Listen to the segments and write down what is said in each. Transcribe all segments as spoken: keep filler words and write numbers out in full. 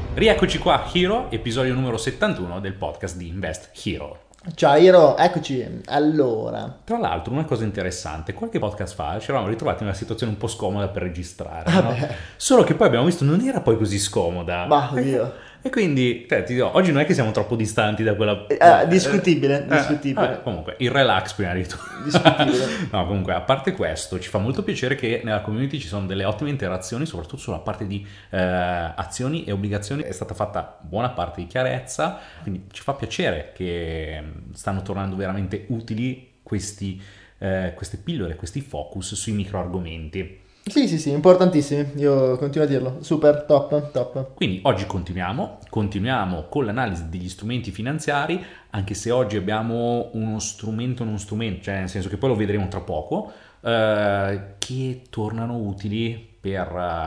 Rieccoci qua, Hero, episodio numero settantuno del podcast di Invest Hero. Ciao Hero, eccoci. Allora, Tra l'altro, una cosa interessante, qualche podcast fa ci eravamo ritrovati in una situazione un po' scomoda per registrare, no? vabbè, Solo che poi abbiamo visto non era poi così scomoda. bah, oddio. E quindi, cioè, ti dirò, oggi non è che siamo troppo distanti da quella... Eh, discutibile, Eh, discutibile. vabbè, comunque, il relax prima di tutto. Discutibile. No, comunque, a parte questo, ci fa molto piacere che nella community ci sono delle ottime interazioni, soprattutto sulla parte di eh, azioni e obbligazioni. È stata fatta buona parte di chiarezza, quindi ci fa piacere che stanno tornando veramente utili questi, eh, queste pillole, questi focus sui micro argomenti. Sì, sì, sì, importantissimi. Io continuo a dirlo. Super, top, top. Quindi oggi continuiamo, continuiamo con l'analisi degli strumenti finanziari, anche se oggi abbiamo uno strumento, non strumento, cioè nel senso che poi lo vedremo tra poco, eh, che tornano utili per,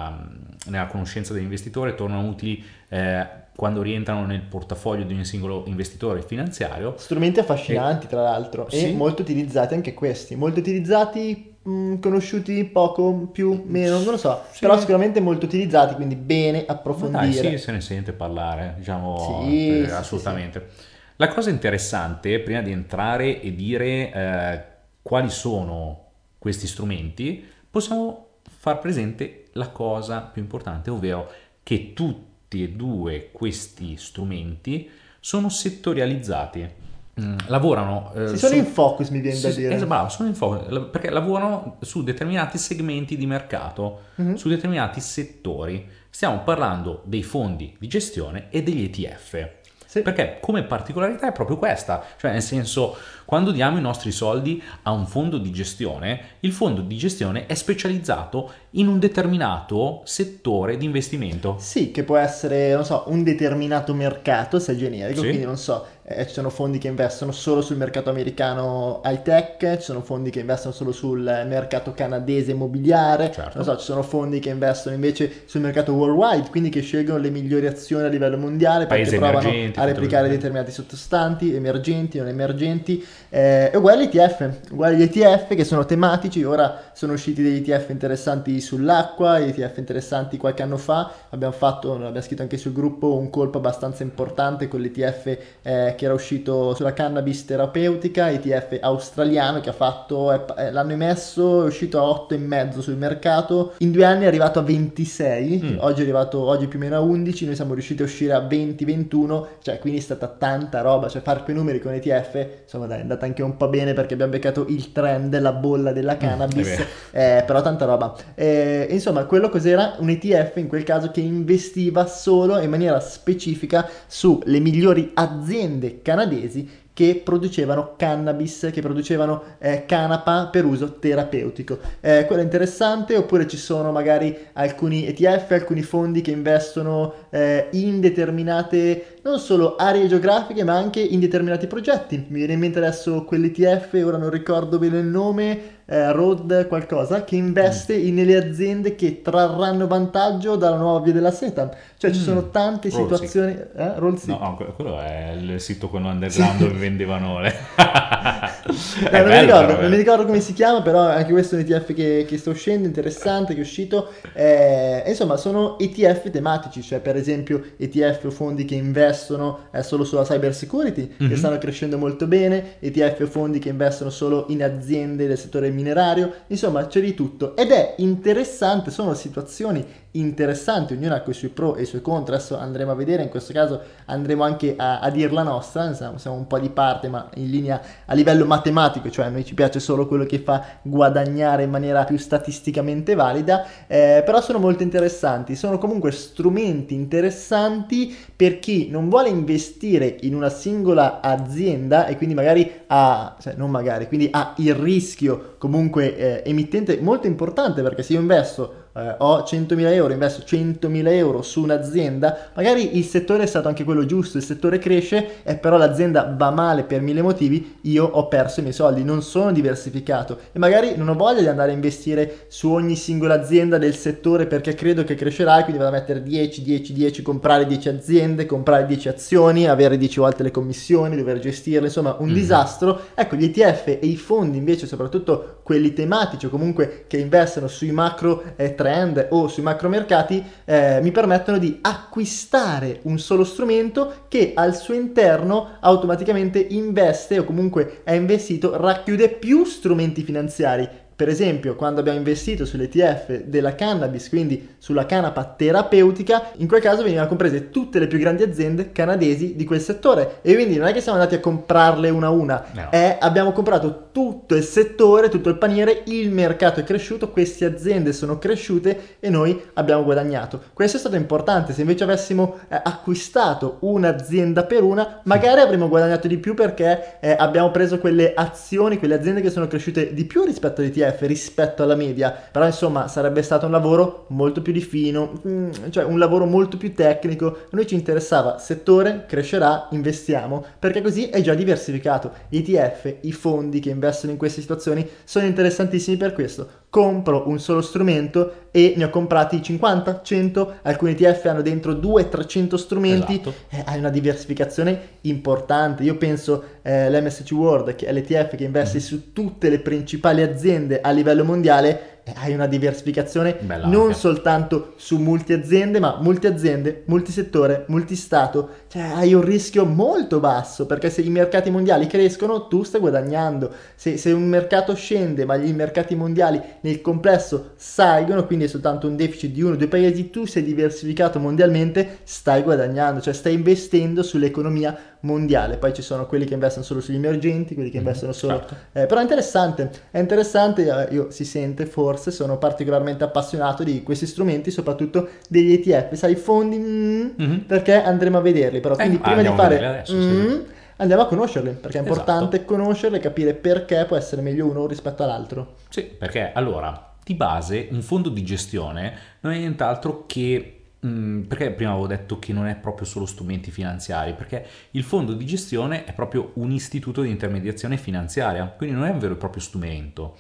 eh, nella conoscenza dell'investitore, tornano utili eh, quando rientrano nel portafoglio di un singolo investitore finanziario. Strumenti affascinanti, tra l'altro, Sì. e molto utilizzati anche questi. Molto utilizzati, mh, conosciuti poco, più, meno, non lo so. Sì. Però sicuramente molto utilizzati, quindi bene Ma dai, approfondire. sì, se ne sente parlare, diciamo, Sì, eh, sì, assolutamente. La cosa interessante, prima di entrare e dire eh, quali sono questi strumenti, possiamo far presente la cosa più importante, ovvero che tutti e due questi strumenti sono settorializzati. Mm, lavorano eh, Si sono su- in focus, mi viene da sì, dire. es- bravo, sono in focus, la- perché lavorano su determinati segmenti di mercato, Mhm. su determinati settori. Stiamo parlando dei fondi di gestione e degli E T F. Sì. Perché come particolarità è proprio questa, cioè nel senso, quando diamo i nostri soldi a un fondo di gestione, il fondo di gestione è specializzato in un determinato settore di investimento. Sì, che può essere, non so, un determinato mercato, se è generico, Sì. quindi non so, eh, ci sono fondi che investono solo sul mercato americano high tech, ci sono fondi che investono solo sul mercato canadese immobiliare, Certo. non so, ci sono fondi che investono invece sul mercato worldwide, quindi che scelgono le migliori azioni a livello mondiale perché Paesi provano emergenti, a tutto replicare così. determinati sottostanti, emergenti, non emergenti, eh, e uguali E T F, uguali gli E T F che sono tematici. Ora sono usciti degli E T F interessanti sull'acqua, E T F interessanti qualche anno fa, abbiamo fatto, l'abbiamo scritto anche sul gruppo, un colpo abbastanza importante con l'E T F eh, che era uscito sulla cannabis terapeutica, E T F australiano che ha fatto, eh, l'hanno emesso, è uscito a otto e mezzo sul mercato, in due anni è arrivato a ventisei, Mm. oggi è arrivato, oggi più o meno a undici, noi siamo riusciti a uscire a venti ventuno, cioè quindi è stata tanta roba, cioè fare quei numeri con E T F, insomma dai, è andata anche un po' bene perché abbiamo beccato il trend, la bolla della cannabis, è vero. eh, però tanta roba. Eh, insomma, quello cos'era? Un E T F in quel caso che investiva solo in maniera specifica sulle migliori aziende canadesi che producevano cannabis, che producevano eh, canapa per uso terapeutico. Eh, quello è interessante. Oppure ci sono magari alcuni E T F, alcuni fondi che investono eh, in determinate, non solo aree geografiche, ma anche in determinati progetti. Mi viene in mente adesso quell'E T F, ora non ricordo bene il nome, eh, Road qualcosa, che investe in- nelle aziende che trarranno vantaggio dalla nuova via della seta. Cioè ci Mm. sono tante Rollsick. situazioni... Eh? Rollsick. No, no, que- quello è il sito quello underground dove vendevano le... No, È non, mi bello, ricordo, però, non mi ricordo come si chiama, però anche questo è un E T F che, che sta uscendo, interessante, che è uscito. Eh, insomma, sono E T F tematici, cioè per esempio E T F o fondi che investono eh, solo sulla cyber security, Mhm. che stanno crescendo molto bene, E T F o fondi che investono solo in aziende del settore minerario, insomma c'è di tutto. Ed è interessante, sono situazioni interessanti, ognuna ha i suoi pro e i suoi contro. Adesso andremo a vedere, in questo caso andremo anche a, a dir la nostra, siamo, siamo un po' di parte, ma in linea a livello matematico, cioè a noi ci piace solo quello che fa guadagnare in maniera più statisticamente valida, eh, però sono molto interessanti, sono comunque strumenti interessanti per chi non vuole investire in una singola azienda e quindi magari ha, cioè non magari, quindi ha il rischio comunque eh, emittente molto importante, perché se io investo eh, ho centomila euro, investo centomila euro su un'azienda, magari il settore è stato anche quello giusto, il settore cresce, e però l'azienda va male per mille motivi, io ho perso i miei soldi, non sono diversificato e magari non ho voglia di andare a investire su ogni singola azienda del settore perché credo che crescerà e quindi vado a mettere dieci, dieci, dieci, comprare dieci aziende, comprare dieci azioni, avere dieci volte le commissioni, dover gestirle, insomma un Mhm. disastro. Ecco, gli E T F e i fondi invece, soprattutto quelli tematici o comunque che investono sui macro eh, trend o sui macromercati eh, mi permettono di acquistare un solo strumento che al suo interno automaticamente investe o comunque è investito, racchiude più strumenti finanziari. Per esempio, quando abbiamo investito sull'E T F della cannabis, quindi sulla canapa terapeutica, in quel caso venivano comprese tutte le più grandi aziende canadesi di quel settore e quindi non è che siamo andati a comprarle una a una, no. è, abbiamo comprato tutto il settore, tutto il paniere, il mercato è cresciuto, queste aziende sono cresciute e noi abbiamo guadagnato. Questo è stato importante. Se invece avessimo eh, acquistato un'azienda per una, magari avremmo guadagnato di più perché eh, abbiamo preso quelle azioni, quelle aziende che sono cresciute di più rispetto all'E T F, rispetto alla media, però insomma sarebbe stato un lavoro molto più di fino, cioè un lavoro molto più tecnico. A noi ci interessava settore, crescerà, investiamo, perché così è già diversificato. Gli E T F, i fondi che investono in queste situazioni sono interessantissimi per questo. Compro un solo strumento e ne ho comprati cinquanta, cento, alcuni E T F hanno dentro duecento trecento strumenti, esatto. eh, hai una diversificazione importante. Io penso eh, l'M S C World, che è l'E T F che investe mm-hmm. su tutte le principali aziende a livello mondiale, eh, hai una diversificazione Bella non anche. soltanto su multi-aziende, ma multi-aziende, multisettore, multistato, cioè hai un rischio molto basso, perché se i mercati mondiali crescono tu stai guadagnando, se, se un mercato scende ma i mercati mondiali nel complesso salgono, quindi è soltanto un deficit di uno o due paesi, tu sei diversificato mondialmente, stai guadagnando, cioè stai investendo sull'economia mondiale. Poi ci sono quelli che investono solo sugli emergenti, quelli che mm, investono solo certo. eh, però è interessante, è interessante, eh, io si sente forse, sono particolarmente appassionato di questi strumenti, soprattutto degli E T F, sai, i fondi mm, mm-hmm. perché andremo a vederli, però quindi eh, prima di fare adesso, mm, sì. andiamo a conoscerli, perché è importante esatto. conoscerli e capire perché può essere meglio uno rispetto all'altro. Sì, perché allora di base un fondo di gestione non è nient'altro che mh, perché prima avevo detto che non è proprio solo strumenti finanziari, perché il fondo di gestione è proprio un istituto di intermediazione finanziaria, quindi non è un vero e proprio strumento.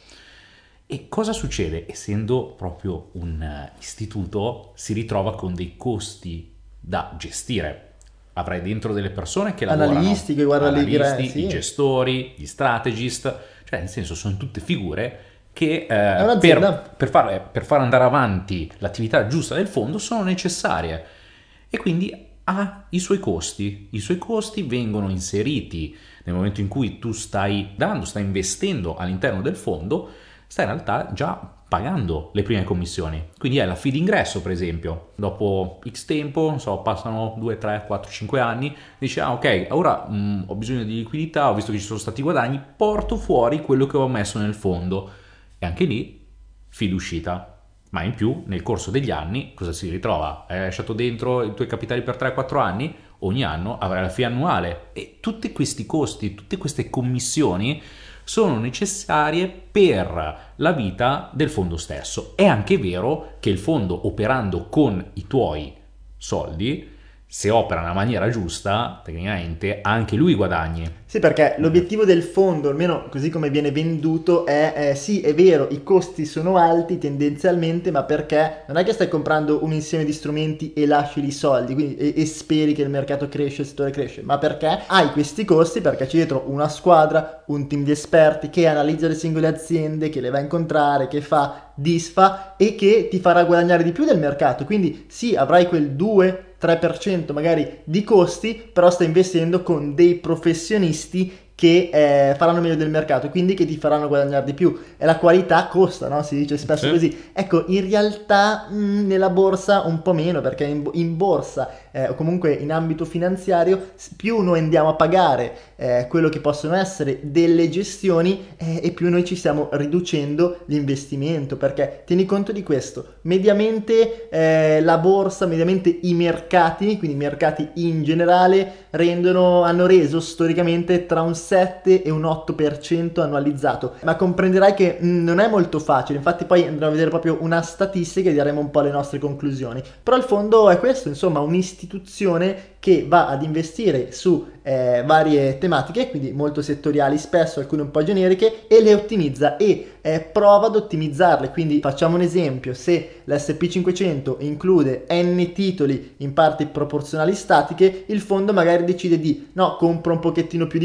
E cosa succede? Essendo proprio un uh, istituto, si ritrova con dei costi da gestire. Avrai dentro delle persone che lavorano, analisti, che guardano analisti, i, sì. i gestori, gli strategist, cioè nel senso sono tutte figure che eh, È per, per, far, per far andare avanti l'attività giusta del fondo sono necessarie e quindi ha i suoi costi. I suoi costi vengono inseriti nel momento in cui tu stai dando, stai investendo all'interno del fondo, stai in realtà già pagando le prime commissioni. Quindi è la fee d'ingresso, per esempio. Dopo X tempo, non so, passano due, tre, quattro, cinque anni, dici, ah ok, ora mh, ho bisogno di liquidità, ho visto che ci sono stati guadagni, porto fuori quello che ho messo nel fondo. E anche lì, fee d'uscita. Ma in più, nel corso degli anni, cosa si ritrova? Hai lasciato dentro i tuoi capitali per tre quattro anni, ogni anno avrai la fee annuale. E tutti questi costi, tutte queste commissioni sono necessarie per la vita del fondo stesso. È anche vero che il fondo, operando con i tuoi soldi, se opera nella maniera giusta, tecnicamente anche lui guadagni. Sì, perché l'obiettivo del fondo, almeno così come viene venduto, è eh, sì, è vero, i costi sono alti tendenzialmente, ma perché non è che stai comprando un insieme di strumenti e lasci i soldi quindi, e, e speri che il mercato cresce, il settore cresce, ma perché hai questi costi, perché c'è dietro una squadra, un team di esperti che analizza le singole aziende, che le va a incontrare, che fa, disfa e che ti farà guadagnare di più del mercato. Quindi sì, avrai quel due tre per cento magari di costi, però stai investendo con dei professionisti che eh, faranno meglio del mercato, quindi che ti faranno guadagnare di più. E la qualità costa, no? Si dice spesso sì. Così. Ecco, in realtà mh, nella borsa un po' meno, perché in, in borsa eh, o comunque in ambito finanziario più noi andiamo a pagare eh, quello che possono essere delle gestioni eh, e più noi ci stiamo riducendo l'investimento, perché tieni conto di questo, mediamente eh, la borsa, mediamente i mercati, quindi i mercati in generale rendono, hanno reso storicamente tra un sette e un otto per cento annualizzato, ma comprenderai che mh, non è molto facile. Infatti poi andremo a vedere proprio una statistica e daremo un po' le nostre conclusioni, però il fondo è questo, insomma, un'istituzione che va ad investire su eh, varie tematiche, quindi molto settoriali, spesso alcune un po' generiche, e le ottimizza e eh, prova ad ottimizzarle. Quindi facciamo un esempio: se l'S P cinquecento include n titoli in parti proporzionali statiche, il fondo magari decide di no, compro un pochettino più di questo,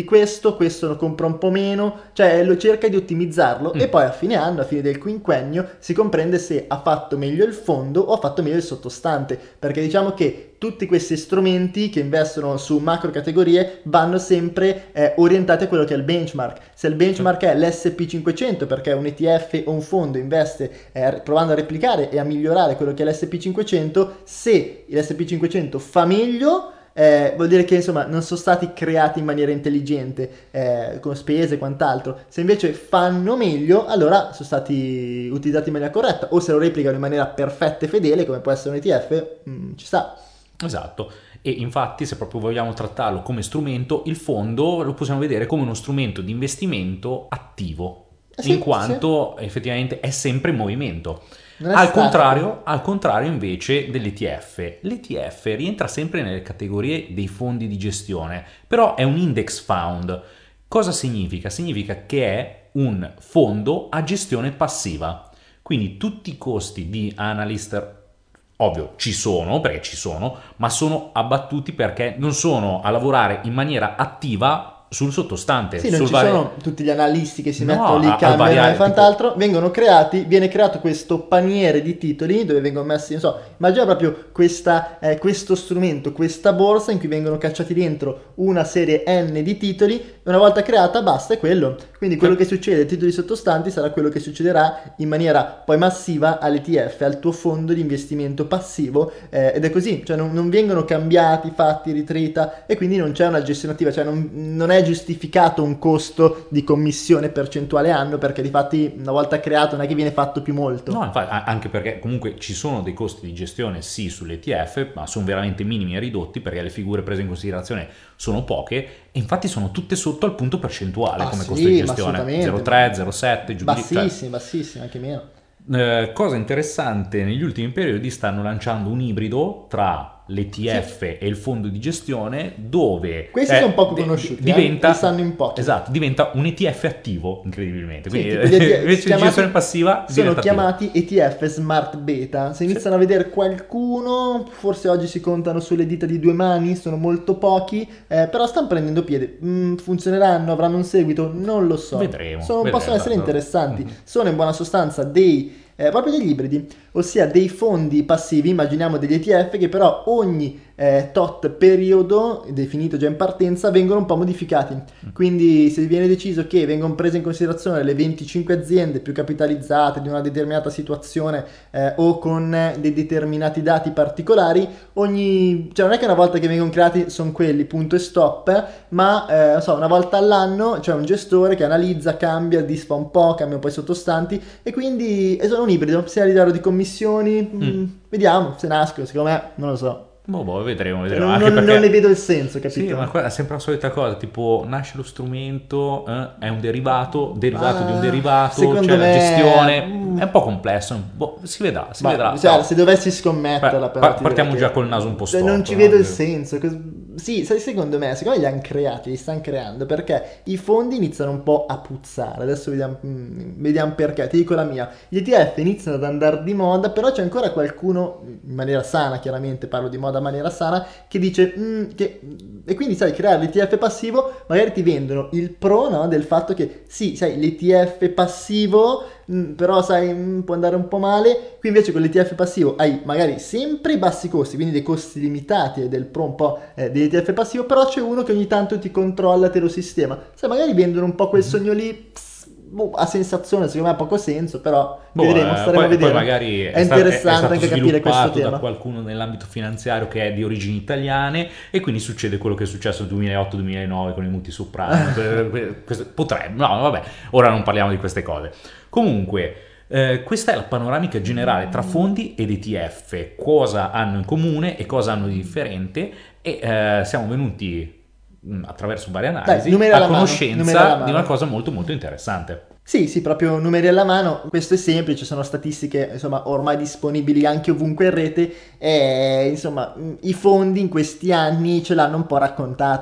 questo, questo lo compra un po' meno, cioè lo cerca di ottimizzarlo mm. e poi a fine anno, a fine del quinquennio, si comprende se ha fatto meglio il fondo o ha fatto meglio il sottostante, perché diciamo che tutti questi strumenti che investono su macro categorie vanno sempre eh, orientati a quello che è il benchmark. Se il benchmark è l'esse pi cinquecento, perché un E T F o un fondo investe eh, provando a replicare e a migliorare quello che è l'esse pi cinquecento, se l'esse pi cinquecento fa meglio, Eh, vuol dire che insomma non sono stati creati in maniera intelligente eh, con spese e quant'altro. Se invece fanno meglio, allora sono stati utilizzati in maniera corretta, o se lo replicano in maniera perfetta e fedele come può essere un E T F, mh, ci sta. Esatto, e infatti se proprio vogliamo trattarlo come strumento, il fondo lo possiamo vedere come uno strumento di investimento attivo, eh sì, in quanto sì. effettivamente è sempre in movimento. Al contrario, al contrario invece dell'E T F. L'E T F rientra sempre nelle categorie dei fondi di gestione, però è un index fund. Cosa significa? Significa che è un fondo a gestione passiva, quindi tutti i costi di analyst, ovvio ci sono, perché ci sono, ma sono abbattuti perché non sono a lavorare in maniera attiva sul sottostante. Sì, non sul ci vari... sono tutti gli analisti che si no, mettono lì, a, cambiano variare, e quant'altro, tipo... vengono creati, viene creato questo paniere di titoli dove vengono messi, non so, immagina proprio questa, eh, questo strumento, questa borsa in cui vengono cacciati dentro una serie N di titoli, e una volta creata basta, è quello. Quindi quello che succede ai titoli sottostanti sarà quello che succederà in maniera poi massiva all'E T F, al tuo fondo di investimento passivo, eh, ed è così, cioè non, non vengono cambiati, fatti, ritrita, e quindi non c'è una gestione attiva, cioè non, non è giustificato un costo di commissione percentuale anno, perché di fatti una volta creato non è che viene fatto più molto. No, infatti, anche perché comunque ci sono dei costi di gestione sì sull'E T F, ma sono veramente minimi e ridotti perché le figure prese in considerazione sono poche e infatti sono tutte sotto al punto percentuale ah, come sì, costo di gestione, zero virgola tre, zero virgola sette, giù bassissimi, cioè, bassissimi, anche meno. Eh, cosa interessante, negli ultimi periodi stanno lanciando un ibrido tra l'E T F sì. e il fondo di gestione, dove questi eh, sono poco conosciuti, diventa, eh? stanno in pochi. Esatto, diventa un E T F attivo, incredibilmente. Quindi sì, invece di gestione passiva sono chiamati attivo. E T F Smart Beta. Se iniziano sì. a vedere qualcuno, forse oggi si contano sulle dita di due mani, sono molto pochi, eh, però stanno prendendo piede. Mm, funzioneranno, avranno un seguito? Non lo so. Vedremo. Sono, vedremo possono essere esatto. interessanti. Mm-hmm. Sono in buona sostanza dei Eh, proprio degli ibridi, ossia dei fondi passivi, immaginiamo degli E T F che però ogni eh, tot periodo definito già in partenza vengono un po' modificati, quindi se viene deciso che vengono prese in considerazione le venticinque aziende più capitalizzate di una determinata situazione eh, o con dei determinati dati particolari, ogni, cioè non è che una volta che vengono creati sono quelli, punto e stop, ma eh, non so, una volta all'anno c'è un gestore che analizza, cambia, disfa un po', cambia un po' i sottostanti e quindi sono un ibrido, sia a livello di commissioni, mm. Mh, vediamo se nascono, secondo me, non lo so. Boh, boh, vedremo, vedremo. Non, Anche non, perché... non ne vedo il senso, capito? Sì, ma qua è sempre la solita cosa, tipo nasce lo strumento, eh, è un derivato, derivato ah, di un derivato, secondo cioè me... la gestione, è un po' complesso, boh, si vedrà, si ma, vedrà. Cioè, no. se dovessi scommetterla, Beh, però... pa- partiamo già col naso un po' storto. Non ci no? vedo il senso. Sì, secondo me, secondo me li hanno creati, li stanno creando, perché i fondi iniziano un po' a puzzare, adesso vediamo, vediamo perché, ti dico la mia. Gli E T F iniziano ad andare di moda, però c'è ancora qualcuno, in maniera sana, chiaramente parlo di moda in maniera sana, che dice mm, che, e quindi sai, creare l'E T F passivo, magari ti vendono il pro, no, del fatto che sì, sai, l'E T F passivo mh, però sai mh, può andare un po' male. Qui invece con l'E T F passivo hai magari sempre i bassi costi, quindi dei costi limitati e del pro un po' eh, dell'E T F passivo, però c'è uno che ogni tanto ti controlla, te lo sistema, sai, magari vendono un po' quel sogno lì. Pss, boh, a sensazione secondo me ha poco senso, però boh, vedremo, staremo poi, a vedere. Poi magari è, è interessante è anche capire questo tema da qualcuno nell'ambito finanziario che è di origini italiane e quindi succede quello che è successo nel duemilaotto duemilanove con i mutui subprime. Potrebbe, no vabbè, ora non parliamo di queste cose. Comunque eh, questa è la panoramica generale tra fondi ed E T F, cosa hanno in comune e cosa hanno di differente, e eh, siamo venuti attraverso varie analisi Dai, a conoscenza di una cosa molto molto interessante. Sì, sì, proprio numeri alla mano, questo è semplice, sono statistiche insomma ormai disponibili anche ovunque in rete e insomma i fondi in questi anni ce l'hanno un po' raccontata,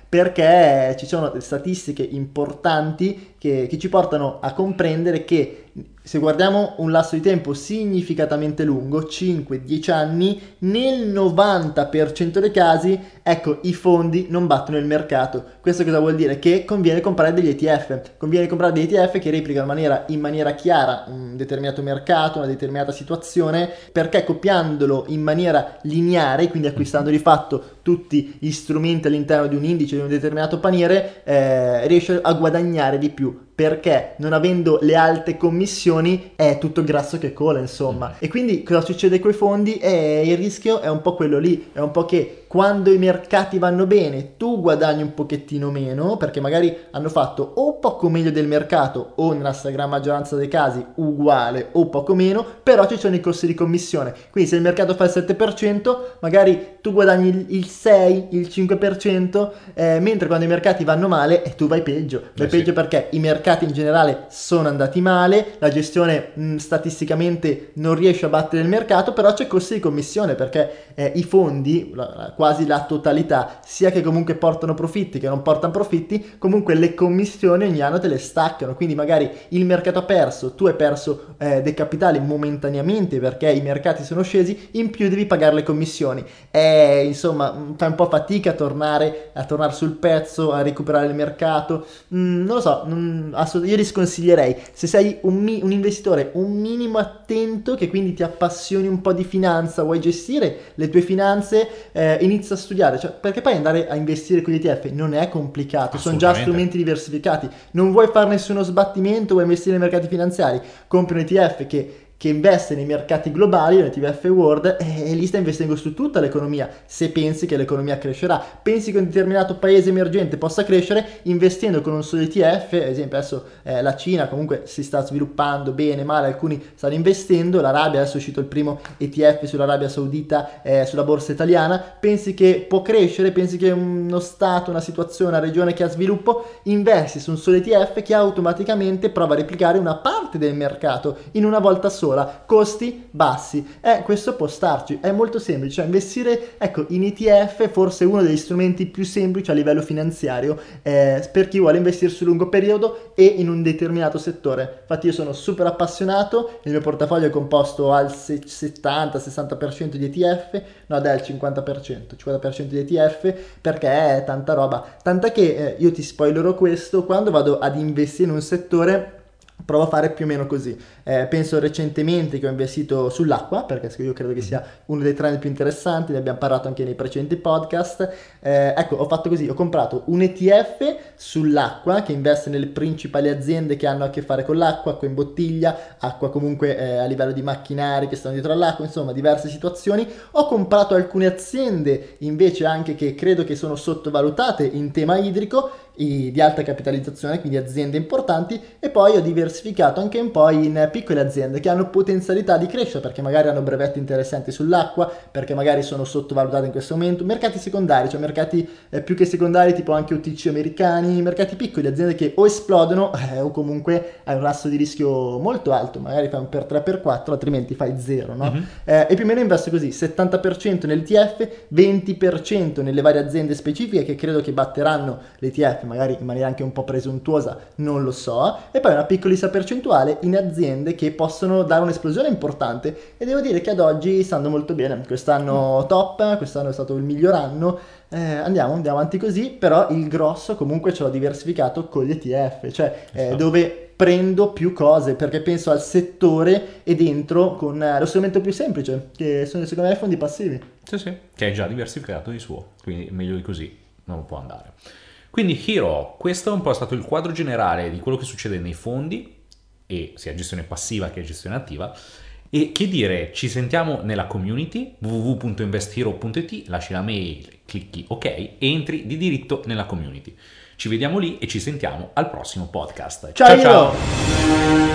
perché ci sono statistiche importanti che, che ci portano a comprendere che se guardiamo un lasso di tempo significativamente lungo, cinque dieci anni, nel novanta per cento dei casi, ecco, i fondi non battono il mercato. Questo cosa vuol dire? Che conviene comprare degli E T F, conviene comprare degli E T F che replicano in maniera, in maniera chiara un determinato mercato, una determinata situazione, perché copiandolo in maniera lineare, quindi acquistando di fatto tutti gli strumenti all'interno di un indice, di un determinato paniere, eh, riesce a guadagnare di più, perché non avendo le alte commissioni è tutto grasso che cola, insomma. Mm. E quindi cosa succede con i fondi? Eh, il rischio è un po' quello lì, è un po' che quando i mercati vanno bene tu guadagni un pochettino meno, perché magari hanno fatto o poco meglio del mercato o nella stragrande maggioranza dei casi uguale o poco meno, però ci sono i costi di commissione. Quindi se il mercato fa il sette per cento, magari tu guadagni il sei, il cinque per cento, eh, mentre quando i mercati vanno male eh, tu vai peggio. Vai eh peggio sì. Perché i mercati in generale sono andati male, la gestione mh, statisticamente non riesce a battere il mercato, però c'è costi di commissione, perché eh, i fondi, la, quasi la totalità, sia che comunque portano profitti che non portano profitti, comunque le commissioni ogni anno te le staccano, quindi magari il mercato ha perso, tu hai perso eh, dei capitali momentaneamente perché i mercati sono scesi, in più devi pagare le commissioni. E insomma fai un po' fatica a tornare, a tornare sul pezzo, a recuperare il mercato. Mm, non lo so, non, io ti sconsiglierei, se sei un, mi, un investitore un minimo attento, che quindi ti appassioni un po' di finanza, vuoi gestire le tue finanze, eh, inizia a studiare, cioè, perché poi andare a investire con gli E T F non è complicato, sono già strumenti diversificati, non vuoi fare nessuno sbattimento, vuoi investire nei mercati finanziari, compri un E T F che che investe nei mercati globali, nel T V F World, e lì sta investendo su tutta l'economia. Se pensi che l'economia crescerà, pensi che un determinato paese emergente possa crescere investendo con un solo E T F, ad esempio adesso eh, la Cina comunque si sta sviluppando bene, male, alcuni stanno investendo, l'Arabia, adesso è uscito il primo E T F sull'Arabia Saudita, eh, sulla borsa italiana, pensi che può crescere, pensi che uno stato, una situazione, una regione che ha sviluppo, investi su un solo E T F che automaticamente prova a replicare una parte del mercato in una volta sola. Costi bassi, eh, questo può starci, è molto semplice, cioè investire, ecco, in E T F forse è uno degli strumenti più semplici a livello finanziario eh, per chi vuole investire sul lungo periodo e in un determinato settore. Infatti io sono super appassionato, il mio portafoglio è composto al settanta sessanta per cento di E T F, no dai, al cinquanta per cento, cinquanta per cento di E T F, perché è tanta roba, tant'è che eh, io ti spoilerò questo, quando vado ad investire in un settore provo a fare più o meno così. Eh, penso recentemente che ho investito sull'acqua, perché io credo che sia uno dei trend più interessanti, ne abbiamo parlato anche nei precedenti podcast. Eh, ecco, ho fatto così, ho comprato un E T F sull'acqua che investe nelle principali aziende che hanno a che fare con l'acqua, acqua in bottiglia, acqua comunque eh, a livello di macchinari che stanno dietro all'acqua, insomma diverse situazioni. Ho comprato alcune aziende invece anche che credo che sono sottovalutate in tema idrico, di alta capitalizzazione, quindi aziende importanti, e poi ho diversificato anche un po' in piccole aziende che hanno potenzialità di crescita perché magari hanno brevetti interessanti sull'acqua, perché magari sono sottovalutate in questo momento, mercati secondari, cioè mercati eh, più che secondari tipo anche O T C americani, mercati piccoli, aziende che o esplodono eh, o comunque hai un rasso di rischio molto alto, magari fai un per tre per quattro, altrimenti fai zero, no? Mm-hmm. Eh, e più o meno investo così, settanta per cento nell'E T F, venti per cento nelle varie aziende specifiche che credo che batteranno l'E T F, magari in maniera anche un po' presuntuosa, non lo so, e poi una piccolissima percentuale in aziende che possono dare un'esplosione importante, e devo dire che ad oggi stanno molto bene, quest'anno top, quest'anno è stato il miglior anno, eh, andiamo, andiamo avanti così, però il grosso comunque ce l'ho diversificato con gli E T F, cioè eh, dove prendo più cose, perché penso al settore e dentro con eh, lo strumento più semplice, che sono secondo me i fondi passivi. Sì, sì, che è già diversificato di suo, quindi meglio di così non può andare. Quindi Hiro, questo è un po' stato il quadro generale di quello che succede nei fondi, e sia gestione passiva che gestione attiva. E che dire, ci sentiamo nella community w w w punto investhero punto i t, lasci la mail, clicchi ok e entri di diritto nella community. Ci vediamo lì e ci sentiamo al prossimo podcast. Ciao ciao! ciao.